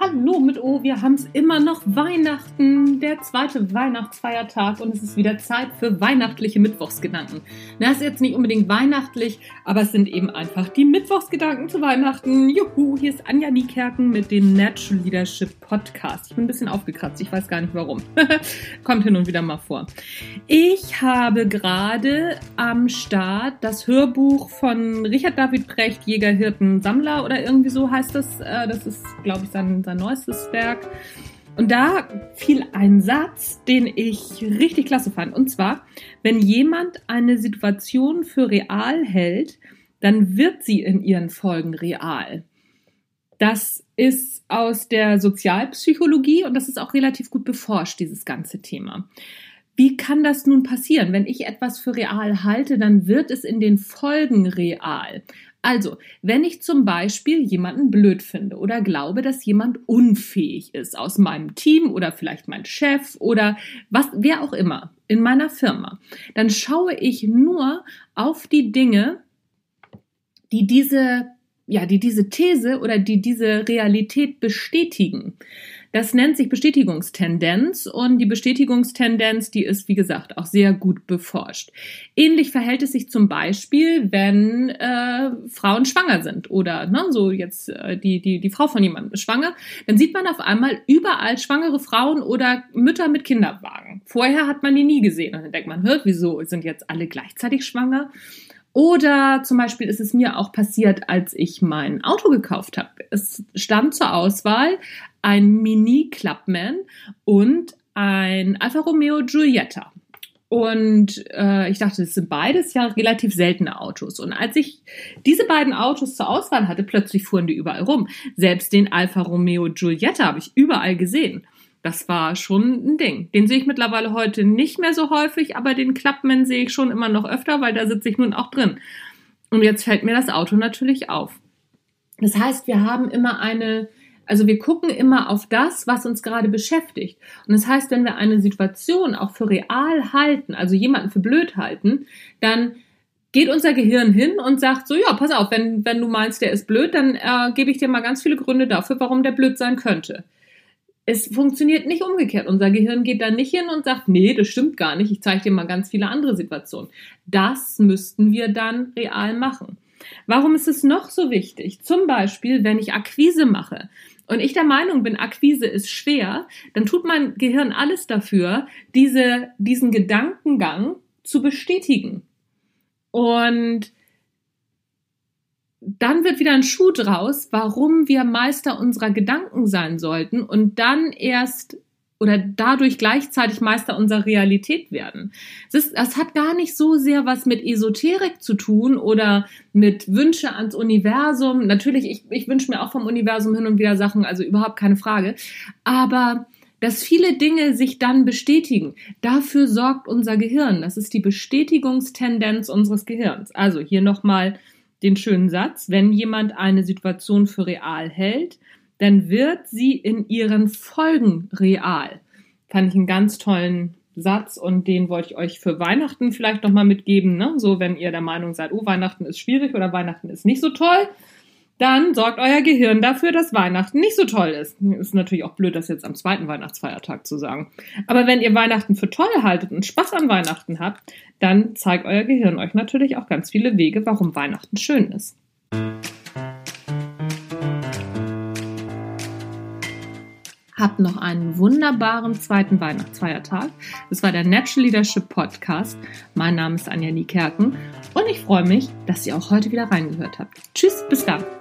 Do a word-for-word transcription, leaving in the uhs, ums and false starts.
Hallo mit O, wir haben es immer noch Weihnachten, der zweite Weihnachtsfeiertag und es ist wieder Zeit für weihnachtliche Mittwochsgedanken. Na, ist jetzt nicht unbedingt weihnachtlich, aber es sind eben einfach die Mittwochsgedanken zu Weihnachten. Juhu, hier ist Anja Niekerken mit dem Natural Leadership Podcast. Ich bin ein bisschen aufgekratzt, ich weiß gar nicht warum. Kommt hin und wieder mal vor. Ich habe gerade am Start das Hörbuch von Richard David Precht, Jäger, Hirten, Sammler oder irgendwie so heißt das. Das ist, glaube ich, sein, sein neuestes Werk. Und da fiel ein Satz, den ich richtig klasse fand. Und zwar, wenn jemand eine Situation für real hält, dann wird sie in ihren Folgen real. Das ist aus der Sozialpsychologie und das ist auch relativ gut beforscht, dieses ganze Thema. Wie kann das nun passieren? Wenn ich etwas für real halte, dann wird es in den Folgen real. Also, wenn ich zum Beispiel jemanden blöd finde oder glaube, dass jemand unfähig ist aus meinem Team oder vielleicht mein Chef oder was, wer auch immer in meiner Firma, dann schaue ich nur auf die Dinge, die diese, ja, die diese These oder die diese Realität bestätigen. Das nennt sich Bestätigungstendenz und die Bestätigungstendenz, die ist, wie gesagt, auch sehr gut beforscht. Ähnlich verhält es sich zum Beispiel, wenn äh, Frauen schwanger sind oder ne, so jetzt äh, die, die, die Frau von jemandem ist schwanger, dann sieht man auf einmal überall schwangere Frauen oder Mütter mit Kinderwagen. Vorher hat man die nie gesehen und dann denkt man, hört, wieso sind jetzt alle gleichzeitig schwanger? Oder zum Beispiel ist es mir auch passiert, als ich mein Auto gekauft habe. Es stand zur Auswahl ein Mini Clubman und ein Alfa Romeo Giulietta. Und äh, ich dachte, das sind beides ja relativ seltene Autos. Und als ich diese beiden Autos zur Auswahl hatte, plötzlich fuhren die überall rum. Selbst den Alfa Romeo Giulietta habe ich überall gesehen. Das war schon ein Ding. Den sehe ich mittlerweile heute nicht mehr so häufig, aber den Clubman sehe ich schon immer noch öfter, weil da sitze ich nun auch drin. Und jetzt fällt mir das Auto natürlich auf. Das heißt, wir haben immer eine, also wir gucken immer auf das, was uns gerade beschäftigt. Und das heißt, wenn wir eine Situation auch für real halten, also jemanden für blöd halten, dann geht unser Gehirn hin und sagt so, ja, pass auf, wenn, wenn du meinst, der ist blöd, dann äh, gebe ich dir mal ganz viele Gründe dafür, warum der blöd sein könnte. Es funktioniert nicht umgekehrt. Unser Gehirn geht da nicht hin und sagt, nee, das stimmt gar nicht. Ich zeige dir mal ganz viele andere Situationen. Das müssten wir dann real machen. Warum ist es noch so wichtig? Zum Beispiel, wenn ich Akquise mache und ich der Meinung bin, Akquise ist schwer, dann tut mein Gehirn alles dafür, diese, diesen Gedankengang zu bestätigen. Und dann wird wieder ein Schuh draus, warum wir Meister unserer Gedanken sein sollten und dann erst oder dadurch gleichzeitig Meister unserer Realität werden. Das, ist, das hat gar nicht so sehr was mit Esoterik zu tun oder mit Wünsche ans Universum. Natürlich, ich, ich wünsche mir auch vom Universum hin und wieder Sachen, also überhaupt keine Frage. Aber dass viele Dinge sich dann bestätigen, dafür sorgt unser Gehirn. Das ist die Bestätigungstendenz unseres Gehirns. Also hier nochmal den schönen Satz, wenn jemand eine Situation für real hält, dann wird sie in ihren Folgen real. Fand ich einen ganz tollen Satz und den wollte ich euch für Weihnachten vielleicht nochmal mitgeben. Ne? So, wenn ihr der Meinung seid, oh, Weihnachten ist schwierig oder Weihnachten ist nicht so toll, dann sorgt euer Gehirn dafür, dass Weihnachten nicht so toll ist. Ist natürlich auch blöd, das jetzt am zweiten Weihnachtsfeiertag zu sagen. Aber wenn ihr Weihnachten für toll haltet und Spaß an Weihnachten habt, dann zeigt euer Gehirn euch natürlich auch ganz viele Wege, warum Weihnachten schön ist. Habt noch einen wunderbaren zweiten Weihnachtsfeiertag. Das war der Natural Leadership Podcast. Mein Name ist Anja Niekerken und ich freue mich, dass ihr auch heute wieder reingehört habt. Tschüss, bis dann.